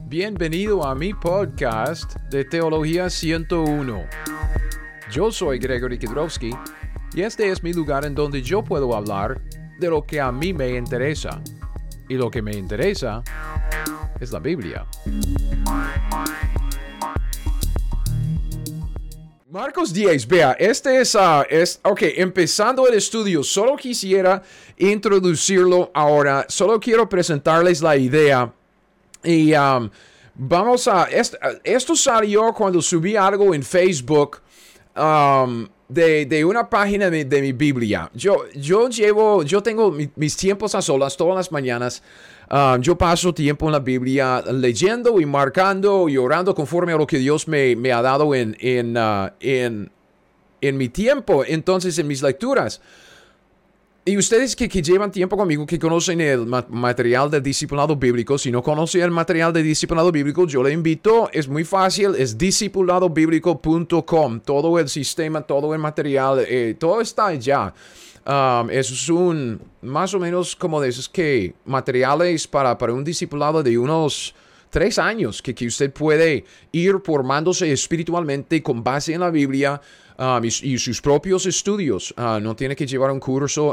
Bienvenido a mi podcast de Teología 101. Yo soy Gregory Kidrowski y este es mi lugar en donde yo puedo hablar de lo que a mí me interesa. Y lo que me interesa es la Biblia. Marcos 10, vea, este es, empezando el estudio, solo quisiera introducirlo ahora, solo quiero presentarles la idea y esto salió cuando subí algo en Facebook de una página de mi Biblia. Yo tengo mis tiempos a solas todas las mañanas. Yo paso tiempo en la Biblia leyendo y marcando y orando conforme a lo que Dios me ha dado en mi tiempo, entonces en mis lecturas. Y ustedes que llevan tiempo conmigo, que conocen el material del discipulado bíblico, si no conocen el material del discipulado bíblico, yo le invito, es muy fácil, es discipuladobiblico.com. Todo el sistema, todo el material, todo está allá. Es más o menos como de esos que materiales para un discipulado de unos 3 años, que usted puede ir formándose espiritualmente con base en la Biblia. Y sus propios estudios. No tiene que llevar un curso,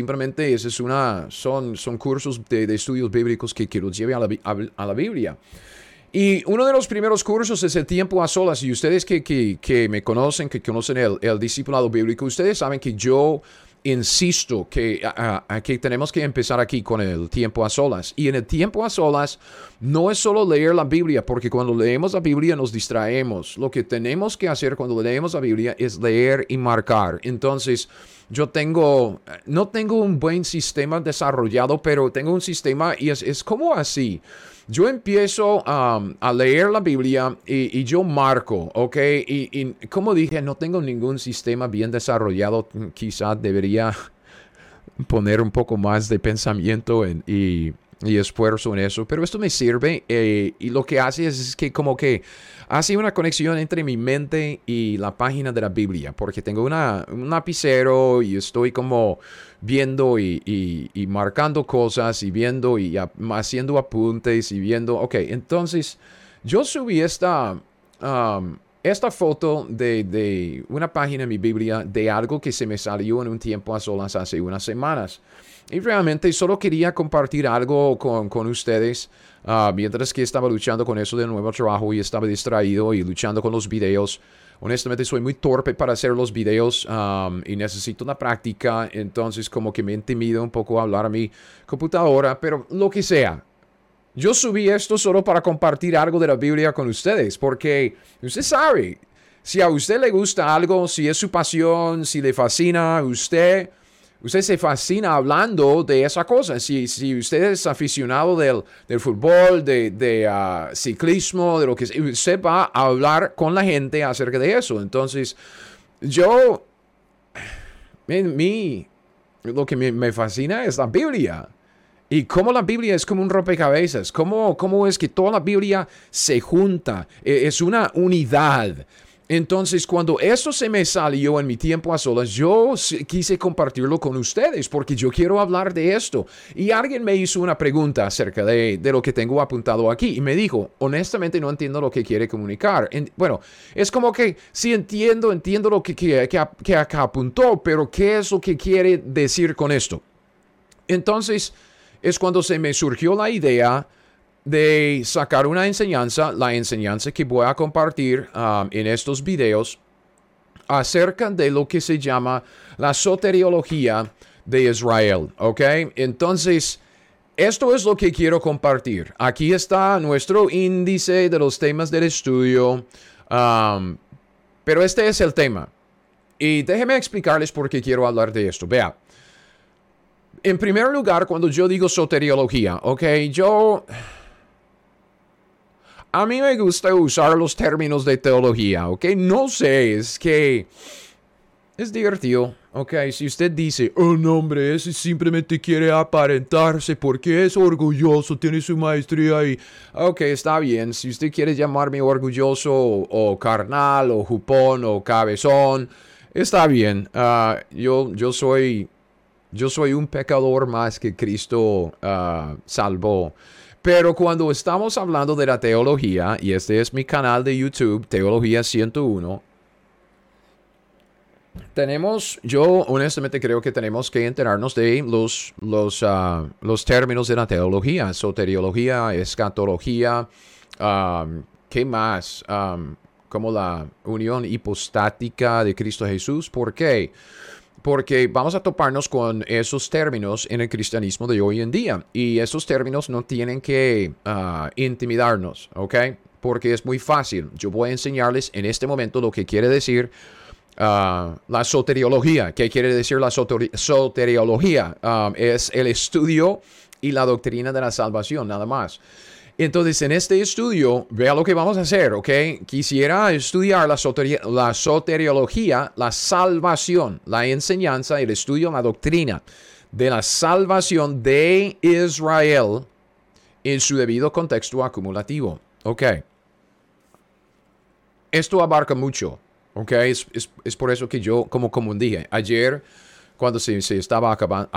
son cursos de estudios bíblicos que los lleve a la Biblia. Y uno de los primeros cursos es el tiempo a solas. Y ustedes que me conocen, que conocen el discipulado bíblico, ustedes saben que yo insisto que tenemos que empezar aquí con el tiempo a solas. Y en el tiempo a solas no es solo leer la Biblia, porque cuando leemos la Biblia nos distraemos. Lo que tenemos que hacer cuando leemos la Biblia es leer y marcar. Entonces, no tengo un buen sistema desarrollado, pero tengo un sistema y es como así. Yo empiezo a leer la Biblia y yo marco, ¿ok? Y como dije, no tengo ningún sistema bien desarrollado. Quizás debería poner un poco más de pensamiento y esfuerzo en eso. Pero esto me sirve y lo que hace es que como que hace una conexión entre mi mente y la página de la Biblia. Porque tengo un lapicero y estoy como viendo y marcando cosas y viendo y haciendo apuntes y viendo. Ok, entonces yo subí esta foto de una página en mi Biblia de algo que se me salió en un tiempo a solas hace unas semanas. Y realmente solo quería compartir algo con ustedes mientras que estaba luchando con eso del nuevo trabajo y estaba distraído y luchando con los videos. Honestamente soy muy torpe para hacer los videos y necesito una práctica, entonces como que me intimida un poco hablar a mi computadora, pero lo que sea. Yo subí esto solo para compartir algo de la Biblia con ustedes, porque usted sabe, si a usted le gusta algo, si es su pasión, si le fascina, usted se fascina hablando de esa cosa. Si usted es aficionado del fútbol, de ciclismo, de lo que sea, usted va a hablar con la gente acerca de eso. Entonces, lo que me fascina es la Biblia. Y cómo la Biblia es como un rompecabezas. Cómo es que toda la Biblia se junta. Es una unidad. Entonces, cuando esto se me salió en mi tiempo a solas, yo quise compartirlo con ustedes porque yo quiero hablar de esto. Y alguien me hizo una pregunta acerca de lo que tengo apuntado aquí y me dijo, honestamente no entiendo lo que quiere comunicar. Bueno, es como que sí entiendo lo que acá apuntó, pero ¿qué es lo que quiere decir con esto? Entonces, es cuando se me surgió la idea de sacar una enseñanza, la enseñanza que voy a compartir en estos videos acerca de lo que se llama la soteriología de Israel, ¿ok? Entonces, esto es lo que quiero compartir. Aquí está nuestro índice de los temas del estudio, pero este es el tema. Y déjenme explicarles por qué quiero hablar de esto. Vea, en primer lugar, cuando yo digo soteriología, ¿ok? A mí me gusta usar los términos de teología, ¿ok? No sé, es que es divertido, ¿ok? Si usted dice, oh, no, hombre, ese simplemente quiere aparentarse porque es orgulloso, tiene su maestría y... Ok, está bien. Si usted quiere llamarme orgulloso o carnal o jupón o cabezón, está bien. Yo soy un pecador más que Cristo salvó. Pero cuando estamos hablando de la teología, y este es mi canal de YouTube, Teología 101, yo honestamente creo que tenemos que enterarnos de los términos de la teología, soteriología, escatología, ¿qué más? Como la unión hipostática de Cristo Jesús. ¿Por qué? Porque vamos a toparnos con esos términos en el cristianismo de hoy en día. Y esos términos no tienen que intimidarnos, ¿ok? Porque es muy fácil. Yo voy a enseñarles en este momento lo que quiere decir la soteriología. ¿Qué quiere decir la soteriología? Es el estudio y la doctrina de la salvación, nada más. Entonces, en este estudio, vea lo que vamos a hacer, ¿ok? Quisiera estudiar la soteriología, la salvación, la enseñanza, el estudio, la doctrina de la salvación de Israel en su debido contexto acumulativo, ¿ok? Esto abarca mucho, ¿ok? Es por eso que yo, como dije, ayer, cuando se estaba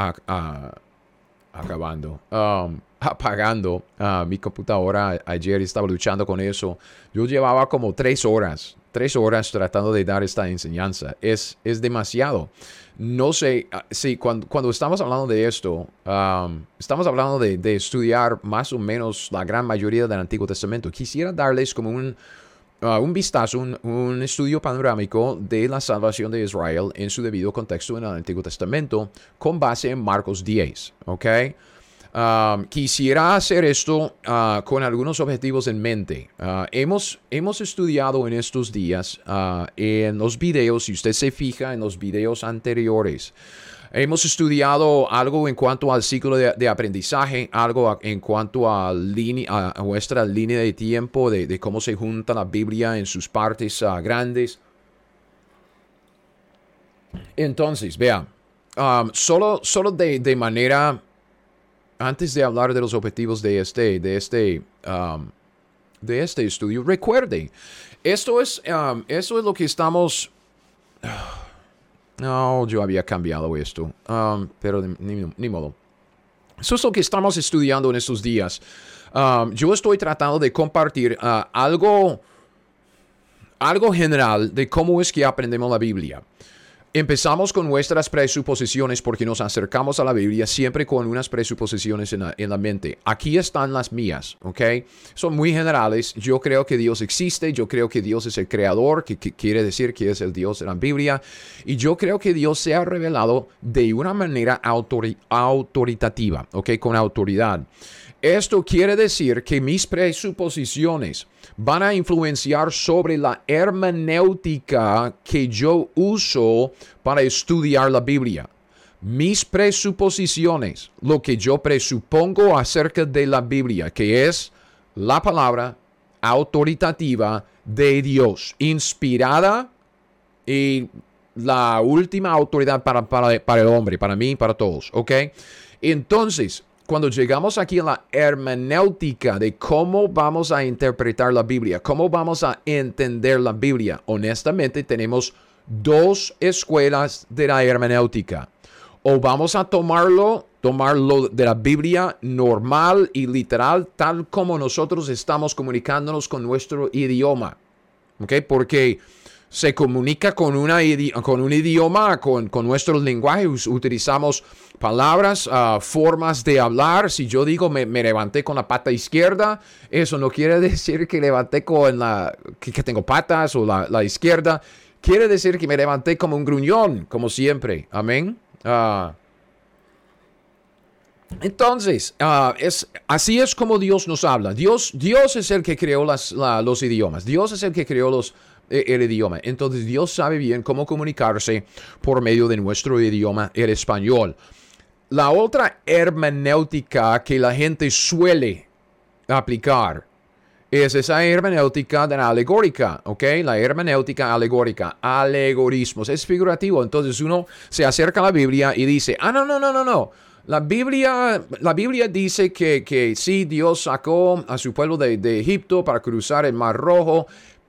apagando mi computadora ayer, estaba luchando con eso. Yo llevaba como 3 horas tratando de dar esta enseñanza. Es demasiado. No sé, sí, cuando estamos hablando de esto, estamos hablando de estudiar más o menos la gran mayoría del Antiguo Testamento. Quisiera darles como un vistazo, un estudio panorámico de la salvación de Israel en su debido contexto en el Antiguo Testamento con base en Marcos 10, ¿ok? Quisiera hacer esto con algunos objetivos en mente. Hemos estudiado en estos días en los videos, si usted se fija en los videos anteriores, hemos estudiado algo en cuanto al ciclo de aprendizaje, algo en cuanto a nuestra línea de tiempo, de cómo se junta la Biblia en sus partes grandes. Entonces, vea, solo de manera... Antes de hablar de los objetivos de este estudio, recuerde, esto es lo que estamos... No, yo había cambiado esto, pero ni modo. Eso es lo que estamos estudiando en estos días. Yo estoy tratando de compartir algo general de cómo es que aprendemos la Biblia. Empezamos con nuestras presuposiciones porque nos acercamos a la Biblia siempre con unas presuposiciones en la mente. Aquí están las mías, ¿ok? Son muy generales. Yo creo que Dios existe. Yo creo que Dios es el creador, que quiere decir que es el Dios de la Biblia. Y yo creo que Dios se ha revelado de una manera autoritativa, ¿ok? Con autoridad. Esto quiere decir que mis presuposiciones van a influenciar sobre la hermenéutica que yo uso para estudiar la Biblia. Mis presuposiciones, lo que yo presupongo acerca de la Biblia, que es la palabra autoritativa de Dios, inspirada y la última autoridad para el hombre, para mí y para todos, ¿ok? Entonces, cuando llegamos aquí a la hermenéutica de cómo vamos a interpretar la Biblia, cómo vamos a entender la Biblia, honestamente tenemos 2 escuelas de la hermenéutica. O vamos a tomarlo de la Biblia normal y literal, tal como nosotros estamos comunicándonos con nuestro idioma. ¿Ok? Porque se comunica con un idioma, con nuestro lenguaje. Utilizamos palabras, formas de hablar. Si yo digo me levanté con la pata izquierda, eso no quiere decir que levanté con que tengo patas o la izquierda. Quiere decir que me levanté como un gruñón, como siempre. Amén. Entonces, así es como Dios nos habla. Dios es el que creó los idiomas. Dios es el que creó el idioma. Entonces, Dios sabe bien cómo comunicarse por medio de nuestro idioma, el español. La otra hermenéutica que la gente suele aplicar es esa hermenéutica de la alegórica, ¿ok? La hermenéutica alegórica, alegorismos, es figurativo. Entonces, uno se acerca a la Biblia y dice, no. La Biblia dice que sí, Dios sacó a su pueblo de Egipto para cruzar el Mar Rojo,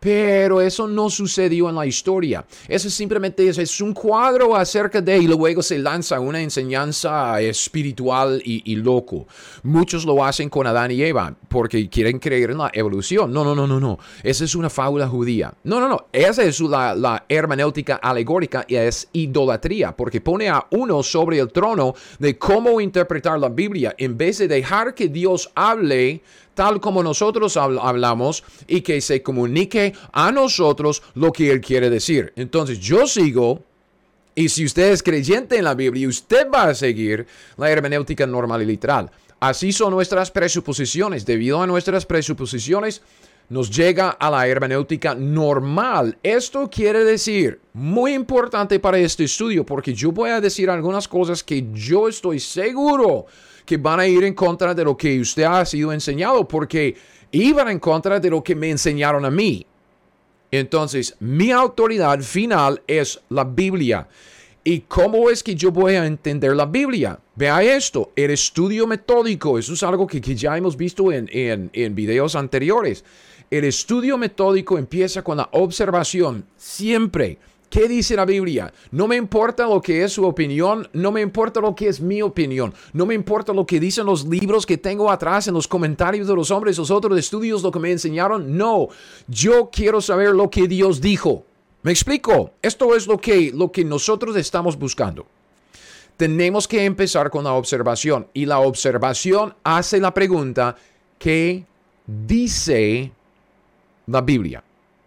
Pero eso no sucedió en la historia. Eso simplemente es un cuadro acerca de, y luego se lanza una enseñanza espiritual y loco. Muchos lo hacen con Adán y Eva porque quieren creer en la evolución. No. Esa es una fábula judía. No. Esa es la hermenéutica alegórica y es idolatría porque pone a uno sobre el trono de cómo interpretar la Biblia en vez de dejar que Dios hable tal como nosotros hablamos y que se comunique a nosotros lo que Él quiere decir. Entonces yo sigo, y si usted es creyente en la Biblia, usted va a seguir la hermenéutica normal y literal. Así son nuestras presuposiciones. Debido a nuestras presuposiciones, nos llega a la hermenéutica normal. Esto quiere decir, muy importante para este estudio, porque yo voy a decir algunas cosas que yo estoy seguro que van a ir en contra de lo que usted ha sido enseñado, porque iban en contra de lo que me enseñaron a mí. Entonces, mi autoridad final es la Biblia. ¿Y cómo es que yo voy a entender la Biblia? Vea esto, el estudio metódico, eso es algo que ya hemos visto en videos anteriores. El estudio metódico empieza con la observación, siempre. ¿Qué dice la Biblia? No me importa lo que es su opinión, no me importa lo que es mi opinión, no me importa lo que dicen los libros que tengo atrás en los comentarios de los hombres, los otros estudios, lo que me enseñaron. No, yo quiero saber lo que Dios dijo. ¿Me explico? Esto es lo que nosotros estamos buscando. Tenemos que empezar con la observación y la observación hace la pregunta, ¿qué dice la Biblia?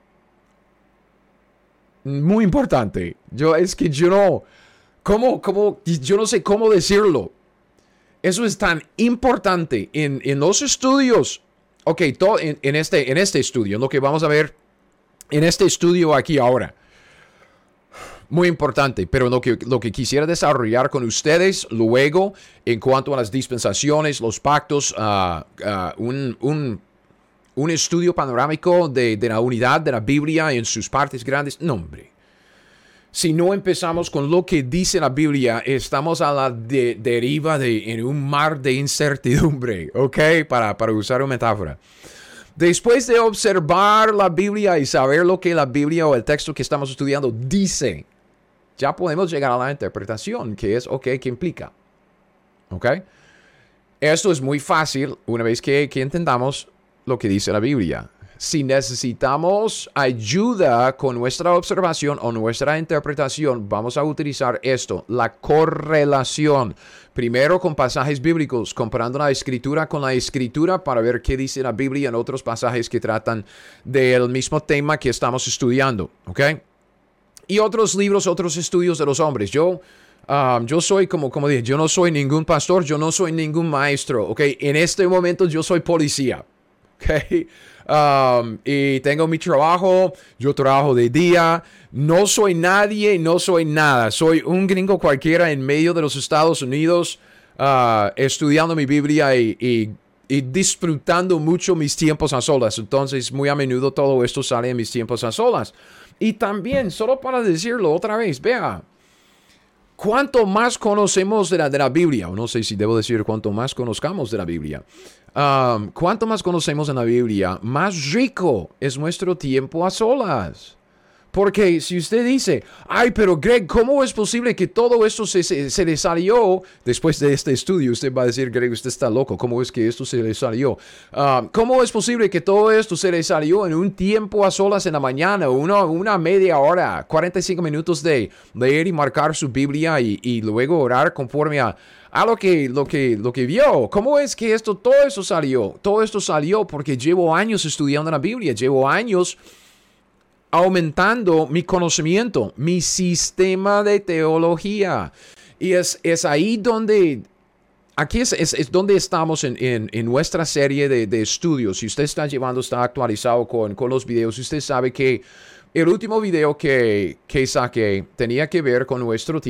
Muy importante. Yo no sé cómo decirlo. Eso es tan importante en los estudios. Ok, en este estudio, en lo que vamos a ver en este estudio aquí ahora. Muy importante, pero lo que quisiera desarrollar con ustedes luego en cuanto a las dispensaciones, los pactos, un estudio panorámico de la unidad de la Biblia en sus partes grandes. No, hombre. Si no empezamos con lo que dice la Biblia, estamos a la deriva en un mar de incertidumbre, ¿ok? Para usar una metáfora. Después de observar la Biblia y saber lo que la Biblia o el texto que estamos estudiando dice, ya podemos llegar a la interpretación, que es, ok, ¿qué implica? ¿Ok? Esto es muy fácil una vez que entendamos lo que dice la Biblia. Si necesitamos ayuda con nuestra observación o nuestra interpretación, vamos a utilizar esto, la correlación. Primero con pasajes bíblicos, comparando la escritura con la escritura para ver qué dice la Biblia en otros pasajes que tratan del mismo tema que estamos estudiando, ¿ok? Y otros libros, otros estudios de los hombres. Yo soy, como dije, yo no soy ningún pastor, yo no soy ningún maestro, ¿ok? En este momento yo soy policía, ¿ok? Y tengo mi trabajo, yo trabajo de día, no soy nadie, no soy nada, soy un gringo cualquiera en medio de los Estados Unidos, estudiando mi Biblia y disfrutando mucho mis tiempos a solas. Entonces, muy a menudo todo esto sale en mis tiempos a solas. Y también, solo para decirlo otra vez, vea, cuanto más conocemos de la Biblia, o no sé si debo decir cuanto más conozcamos de la Biblia, cuanto más conocemos en la Biblia, más rico es nuestro tiempo a solas. Porque si usted dice, ay, pero Greg, ¿cómo es posible que todo esto se le salió después de este estudio? Usted va a decir, Greg, usted está loco. ¿Cómo es que esto se le salió? ¿Cómo es posible que todo esto se le salió en un tiempo a solas en la mañana? Una media hora, 45 minutos de leer y marcar su Biblia y luego orar conforme a lo que vio. ¿Cómo es que todo esto salió? Todo esto salió porque llevo años estudiando la Biblia. Llevo años aumentando mi conocimiento, mi sistema de teología. Y es ahí donde, aquí es donde estamos en nuestra serie de estudios. Si usted está actualizado con los videos, usted sabe que el último video que saqué tenía que ver con nuestra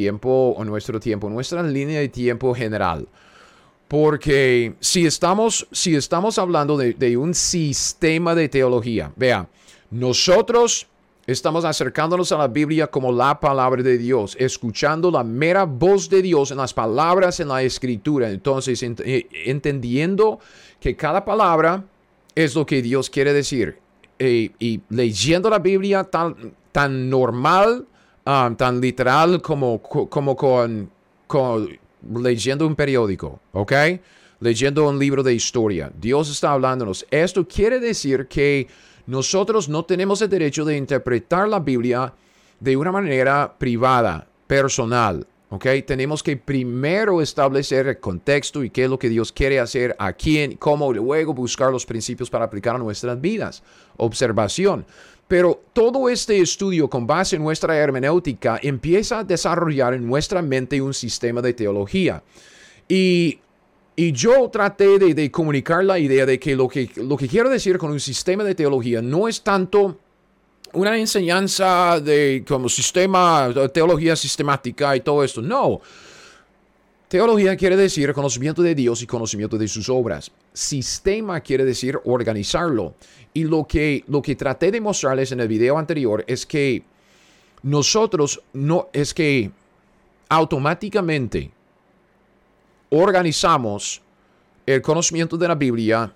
línea de tiempo general. Porque si estamos hablando de un sistema de teología, vea, nosotros estamos acercándonos a la Biblia como la palabra de Dios, escuchando la mera voz de Dios en las palabras en la Escritura. Entonces, entendiendo que cada palabra es lo que Dios quiere decir. y leyendo la Biblia tan normal, tan literal como con leyendo un periódico, ¿ok? Leyendo un libro de historia. Dios está hablándonos. Esto quiere decir que nosotros no tenemos el derecho de interpretar la Biblia de una manera privada, personal. ¿Ok? Tenemos que primero establecer el contexto y qué es lo que Dios quiere hacer, a quién, cómo, luego buscar los principios para aplicar a nuestras vidas. Observación. Pero todo este estudio con base en nuestra hermenéutica empieza a desarrollar en nuestra mente un sistema de teología. Y yo traté de comunicar la idea de que lo que quiero decir con un sistema de teología no es tanto una enseñanza de como sistema, teología sistemática y todo esto. No. Teología quiere decir conocimiento de Dios y conocimiento de sus obras. Sistema quiere decir organizarlo. Y lo que traté de mostrarles en el video anterior es que nosotros no es que automáticamente organizamos el conocimiento de la Biblia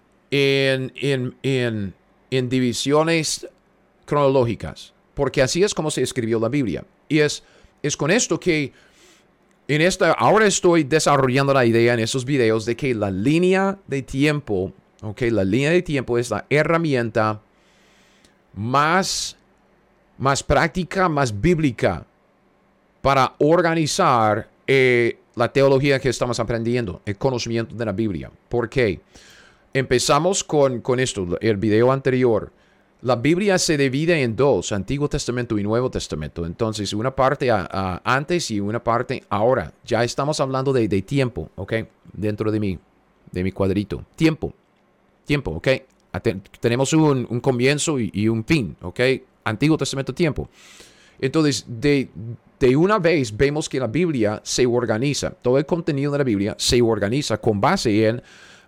en divisiones cronológicas, porque así es como se escribió la Biblia. Y es con esto que ahora estoy desarrollando la idea en esos videos de que la línea de tiempo, la línea de tiempo es la herramienta más práctica, más bíblica para organizar la teología que estamos aprendiendo, el conocimiento de la Biblia. ¿Por qué? Empezamos con esto, el video anterior. La Biblia se divide en dos, Antiguo Testamento y Nuevo Testamento. Entonces, una parte antes y una parte ahora. Ya estamos hablando de tiempo, ¿ok? Dentro de mi cuadrito. Tiempo, ¿ok? Tenemos un comienzo y un fin, ¿ok? Antiguo Testamento, tiempo. Entonces, de una vez vemos que la Biblia se organiza. Todo el contenido de la Biblia se organiza con base en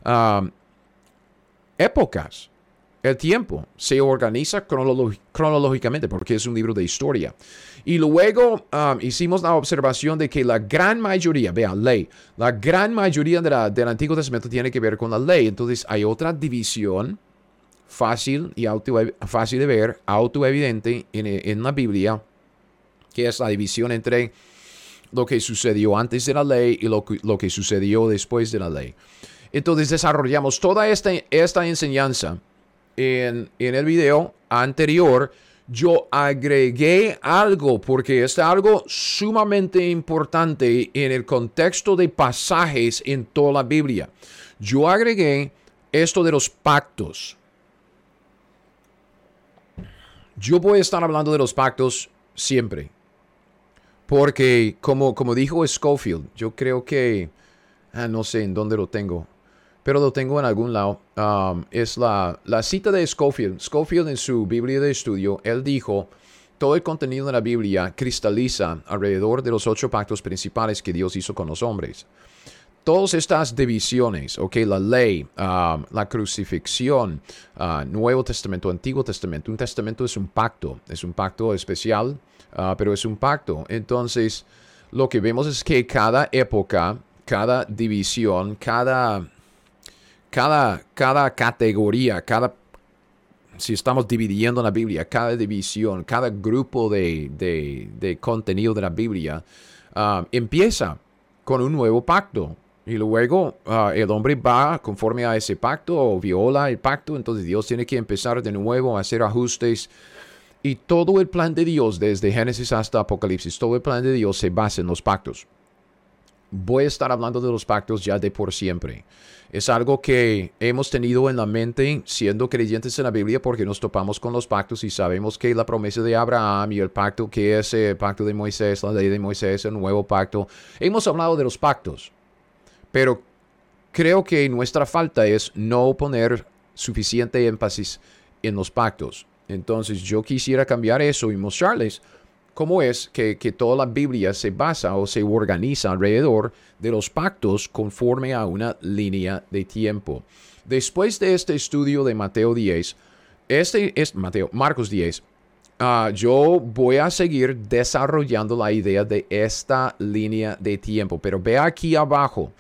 épocas. El tiempo se organiza cronológicamente porque es un libro de historia. Y luego hicimos la observación de que la gran mayoría, vean, ley, la gran mayoría del Antiguo Testamento tiene que ver con la ley. Entonces hay otra división fácil de ver, autoevidente en la Biblia, que es la división entre lo que sucedió antes de la ley y lo que sucedió después de la ley. Entonces desarrollamos toda esta enseñanza. En el video anterior, yo agregué algo, porque es algo sumamente importante en el contexto de pasajes en toda la Biblia. Yo agregué esto de los pactos. Yo voy a estar hablando de los pactos siempre, porque como dijo Scofield, yo creo que, no sé en dónde lo tengo, pero lo tengo en algún lado. Es la cita de Scofield. Scofield en su Biblia de estudio, él dijo, todo el contenido de la Biblia cristaliza alrededor de los 8 pactos principales que Dios hizo con los hombres. Todas estas divisiones, la ley, la crucifixión, Nuevo Testamento, Antiguo Testamento. Un testamento es un pacto especial, pero es un pacto. Entonces, lo que vemos es que cada época, cada división, cada categoría, si estamos dividiendo la Biblia, cada división, cada grupo de contenido de la Biblia, empieza con un nuevo pacto. Y luego el hombre va conforme a ese pacto o viola el pacto. Entonces Dios tiene que empezar de nuevo a hacer ajustes. Y todo el plan de Dios, desde Génesis hasta Apocalipsis, todo el plan de Dios se basa en los pactos. Voy a estar hablando de los pactos ya de por siempre. Es algo que hemos tenido en la mente siendo creyentes en la Biblia, porque nos topamos con los pactos y sabemos que la promesa de Abraham y el pacto que es el pacto de Moisés, la ley de Moisés, el nuevo pacto. Hemos hablado de los pactos, pero creo que nuestra falta es no poner suficiente énfasis en los pactos. Entonces yo quisiera cambiar eso y mostrarles cómo es que toda la Biblia se basa o se organiza alrededor de los pactos conforme a una línea de tiempo. Después de este estudio de Mateo 10, Marcos 10, yo voy a seguir desarrollando la idea de esta línea de tiempo. Pero ve aquí abajo,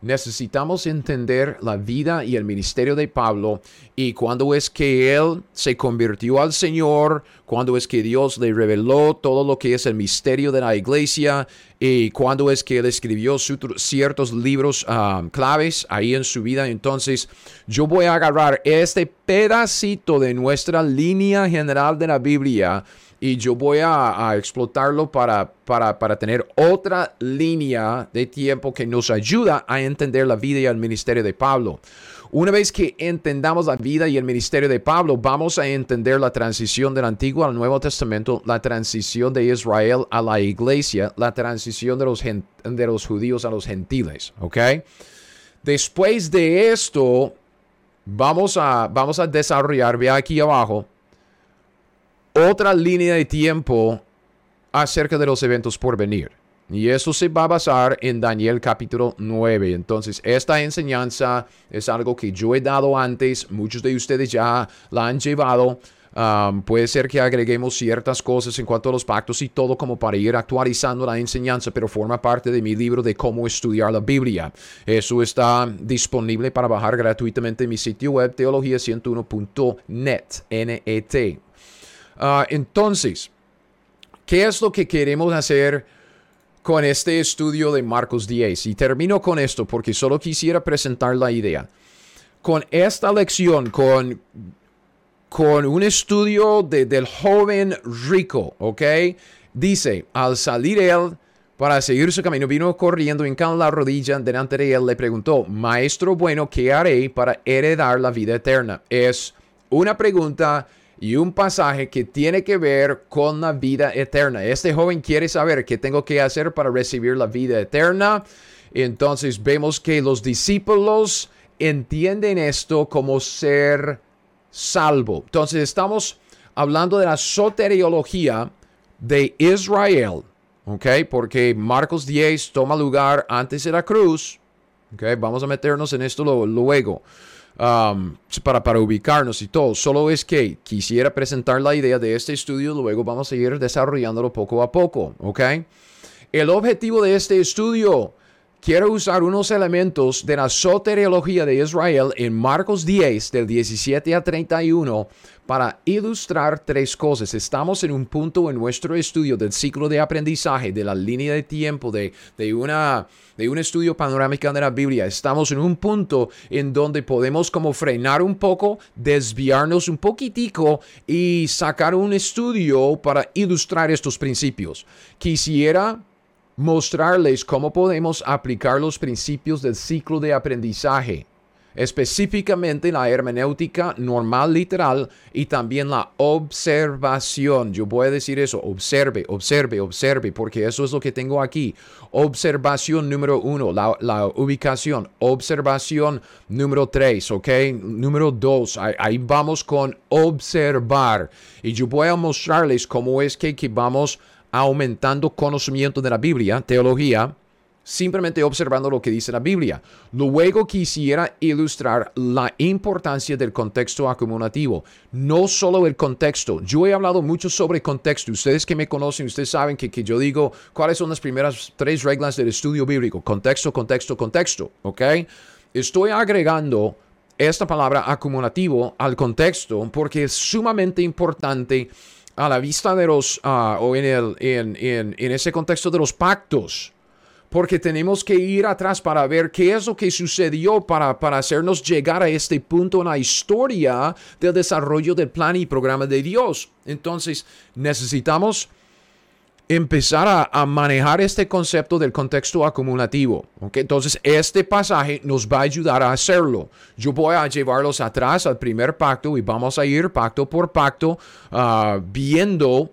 necesitamos entender la vida y el ministerio de Pablo y cuándo es que él se convirtió al Señor, cuándo es que Dios le reveló todo lo que es el misterio de la iglesia y cuándo es que él escribió ciertos libros claves ahí en su vida. Entonces, yo voy a agarrar este pedacito de nuestra línea general de la Biblia y yo voy a explotarlo para tener otra línea de tiempo que nos ayuda a entender la vida y el ministerio de Pablo. Una vez que entendamos la vida y el ministerio de Pablo, vamos a entender la transición del Antiguo al Nuevo Testamento, la transición de Israel a la iglesia, la transición de los judíos a los gentiles, ¿ok? Después de esto, vamos a desarrollar, ve aquí abajo, otra línea de tiempo acerca de los eventos por venir. Y eso se va a basar en Daniel capítulo 9. Entonces, esta enseñanza es algo que yo he dado antes. Muchos de ustedes ya la han llevado. Puede ser que agreguemos ciertas cosas en cuanto a los pactos y todo como para ir actualizando la enseñanza, pero forma parte de mi libro de cómo estudiar la Biblia. Eso está disponible para bajar gratuitamente en mi sitio web teología101.net, N-E-T. Entonces, ¿qué es lo que queremos hacer con este estudio de Marcos 10? Y termino con esto porque solo quisiera presentar la idea. Con esta lección, con un estudio del joven rico, ¿ok? Dice, al salir él para seguir su camino, vino corriendo, hincando la rodilla delante de él, le preguntó, Maestro bueno, ¿qué haré para heredar la vida eterna? Es una pregunta y un pasaje que tiene que ver con la vida eterna. Este joven quiere saber qué tengo que hacer para recibir la vida eterna. Entonces vemos que los discípulos entienden esto como ser salvo. Entonces estamos hablando de la soteriología de Israel, ¿ok? Porque Marcos 10 toma lugar antes de la cruz, ¿ok? Vamos a meternos en esto luego. Para ubicarnos y todo. Solo es que quisiera presentar la idea de este estudio, luego vamos a ir desarrollándolo poco a poco, ¿ok? El objetivo de este estudio, quiero usar unos elementos de la soteriología de Israel en Marcos 10, del 17 a 31, para ilustrar tres cosas. Estamos en un punto en nuestro estudio del ciclo de aprendizaje, de la línea de tiempo, de un estudio panorámico de la Biblia. Estamos en un punto en donde podemos como frenar un poco, desviarnos un poquitico y sacar un estudio para ilustrar estos principios. Quisiera mostrarles cómo podemos aplicar los principios del ciclo de aprendizaje, específicamente la hermenéutica normal literal y también la observación. Yo voy a decir eso, observe, porque eso es lo que tengo aquí. Observación número 1, la ubicación. Observación número 3, ¿ok? Número 2, ahí vamos con observar. Y yo voy a mostrarles cómo es que vamos aumentando conocimiento de la Biblia, teología, simplemente observando lo que dice la Biblia. Luego quisiera ilustrar la importancia del contexto acumulativo. No solo el contexto. Yo he hablado mucho sobre contexto. Ustedes que me conocen, ustedes saben que yo digo cuáles son las primeras 3 reglas del estudio bíblico. Contexto, contexto, contexto. ¿Ok? Estoy agregando esta palabra acumulativo al contexto porque es sumamente importante a la vista de los, o en ese contexto de los pactos. Porque tenemos que ir atrás para ver qué es lo que sucedió para hacernos llegar a este punto en la historia del desarrollo del plan y programa de Dios. Entonces, necesitamos empezar a manejar este concepto del contexto acumulativo. ¿Okay? Entonces, este pasaje nos va a ayudar a hacerlo. Yo voy a llevarlos atrás al primer pacto y vamos a ir pacto por pacto viendo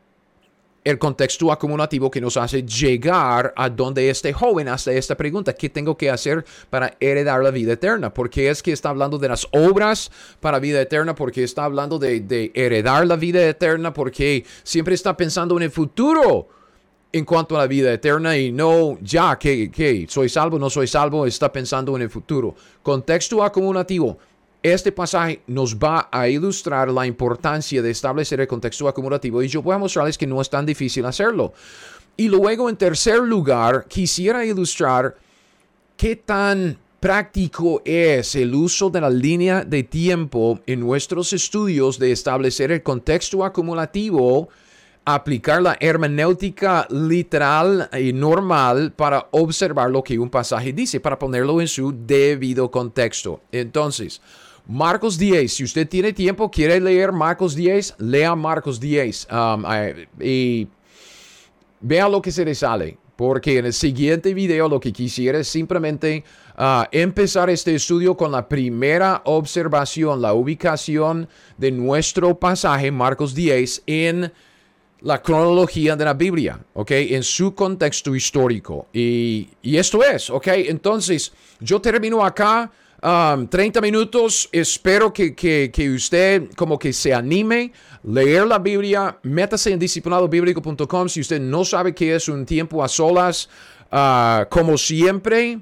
el contexto acumulativo que nos hace llegar a donde este joven hace esta pregunta: ¿qué tengo que hacer para heredar la vida eterna? ¿Por qué es que está hablando de las obras para vida eterna? ¿Por qué está hablando de heredar la vida eterna? Porque siempre está pensando en el futuro en cuanto a la vida eterna y no ya que soy salvo, no soy salvo, está pensando en el futuro. Contexto acumulativo. Este pasaje nos va a ilustrar la importancia de establecer el contexto acumulativo y yo voy a mostrarles que no es tan difícil hacerlo. Y luego, en tercer lugar, quisiera ilustrar ¿qué tan práctico es el uso de la línea de tiempo en nuestros estudios de establecer el contexto acumulativo, aplicar la hermenéutica literal y normal para observar lo que un pasaje dice, para ponerlo en su debido contexto? Entonces, Marcos 10, si usted tiene tiempo, quiere leer Marcos 10, lea Marcos 10 y vea lo que se le sale. Porque en el siguiente video lo que quisiera es simplemente empezar este estudio con la primera observación, la ubicación de nuestro pasaje, Marcos 10, en la cronología de la Biblia, ¿ok? En su contexto histórico. Y esto es, ¿ok? Entonces, yo termino acá. 30 minutos, espero que usted como que se anime, leer la Biblia, métase en discipuladobiblico.com si usted no sabe qué es un tiempo a solas, como siempre,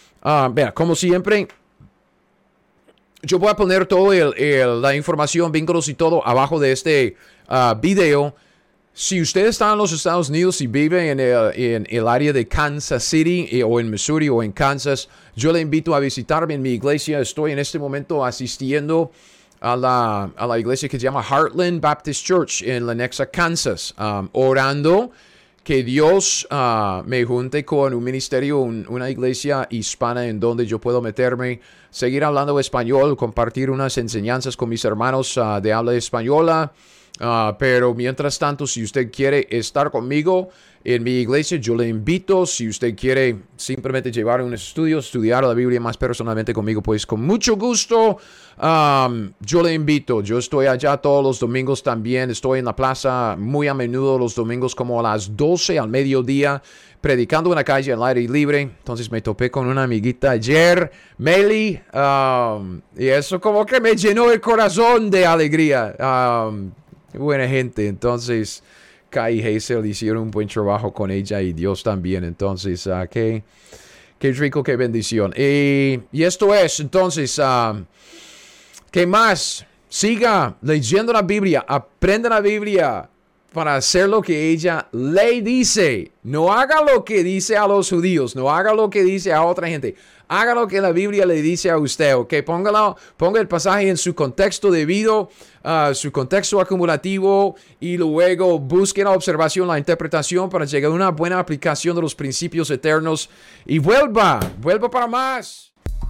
yo voy a poner toda la información, vínculos y todo abajo de este video. Si usted está en los Estados Unidos y vive en el área de Kansas City o en Missouri o en Kansas, yo le invito a visitarme en mi iglesia. Estoy en este momento asistiendo a la iglesia que se llama Heartland Baptist Church en Lenexa, Kansas, orando que Dios me junte con un ministerio, una iglesia hispana en donde yo puedo meterme, seguir hablando español, compartir unas enseñanzas con mis hermanos de habla española. Pero mientras tanto, si usted quiere estar conmigo en mi iglesia, yo le invito. Si usted quiere simplemente llevar un estudio, estudiar la Biblia más personalmente conmigo, pues con mucho gusto yo le invito. Yo estoy allá todos los domingos también. Estoy en la plaza muy a menudo los domingos como a las 12 al mediodía, predicando en la calle al aire libre. Entonces me topé con una amiguita ayer, Meli, y eso como que me llenó el corazón de alegría. Buena gente. Entonces Kai y Hazel hicieron un buen trabajo con ella y Dios también. Entonces qué rico, qué bendición. Y esto es, entonces, ¿qué más? Siga leyendo la Biblia, aprenda la Biblia para hacer lo que ella le dice. No haga lo que dice a los judíos, no haga lo que dice a otra gente. Haga lo que la Biblia le dice a usted, ¿ok? Ponga el pasaje en su contexto debido, su contexto acumulativo, y luego busque la observación, la interpretación para llegar a una buena aplicación de los principios eternos. Y vuelva para más.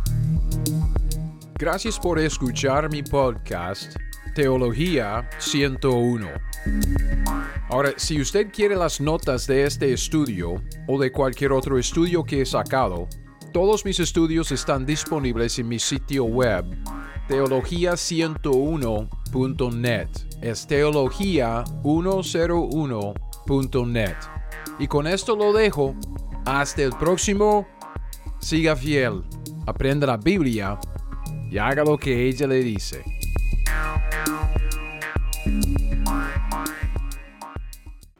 Gracias por escuchar mi podcast, Teología 101. Ahora, si usted quiere las notas de este estudio o de cualquier otro estudio que he sacado, todos mis estudios están disponibles en mi sitio web, teología101.net. Es teología101.net. Y con esto lo dejo. Hasta el próximo. Siga fiel, aprenda la Biblia y haga lo que ella le dice.